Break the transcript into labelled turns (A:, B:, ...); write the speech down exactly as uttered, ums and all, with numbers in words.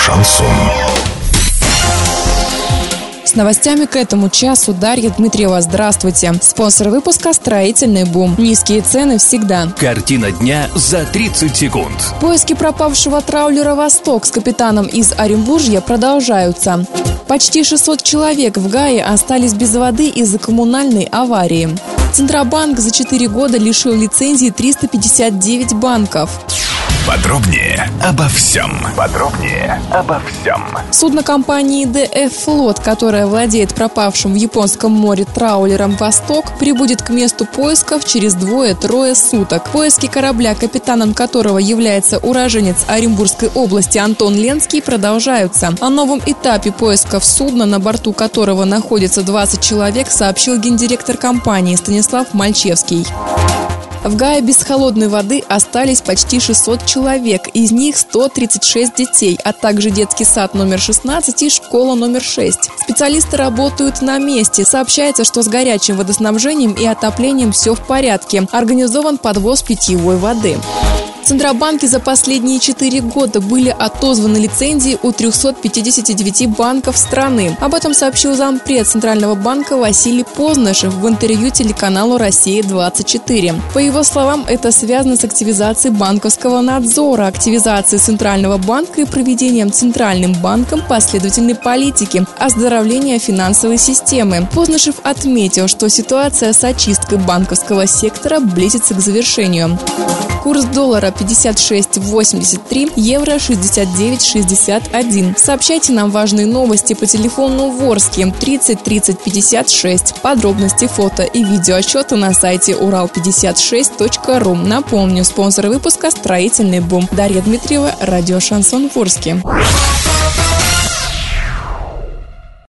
A: Шансон.
B: С новостями к этому часу Дарья Дмитриева. Здравствуйте. Спонсор выпуска «Строительный бум». Низкие цены всегда.
C: Картина дня за тридцать секунд.
B: Поиски пропавшего траулера «Восток» с капитаном из Оренбуржья продолжаются. Почти шестьсот человек в Гае остались без воды из-за коммунальной аварии. Центробанк за четыре года лишил лицензии триста пятьдесят девять банков.
A: Подробнее обо всем. Подробнее обо всем.
B: Судно компании дэ эф «Флот», которое владеет пропавшим в Японском море траулером «Восток», прибудет к месту поисков через двое-трое суток. Поиски корабля, капитаном которого является уроженец Оренбургской области Антон Ленский, продолжаются. О новом этапе поисков судна, на борту которого находится двадцать человек, сообщил гендиректор компании Станислав Мальчевский. В Гае без холодной воды остались почти шестьсот человек, из них сто тридцать шесть детей, а также детский сад номер шестнадцать и школа номер шесть. Специалисты работают на месте. Сообщается, что с горячим водоснабжением и отоплением все в порядке. Организован подвоз питьевой воды. В Центробанке за последние четыре года были отозваны лицензии у трехсот пятидесяти девяти банков страны. Об этом сообщил зампред Центрального банка Василий Познышев в интервью телеканалу «Россия двадцать четыре». По его словам, это связано с активизацией банковского надзора, активизацией Центрального банка и проведением Центральным банком последовательной политики оздоровления финансовой системы. Познышев отметил, что ситуация с очисткой банковского сектора близится к завершению. Курс доллара пятьдесят шесть восемьдесят три, евро шестьдесят девять шестьдесят один. Сообщайте нам важные новости по телефону Ворске тридцать тридцать пятьдесят шесть. Подробности, фото и видеоотчеты на сайте урал пятьдесят шесть точка ру. Напомню, спонсор выпуска «Строительный бум». Дарья Дмитриева, радио «Шансон» Ворске.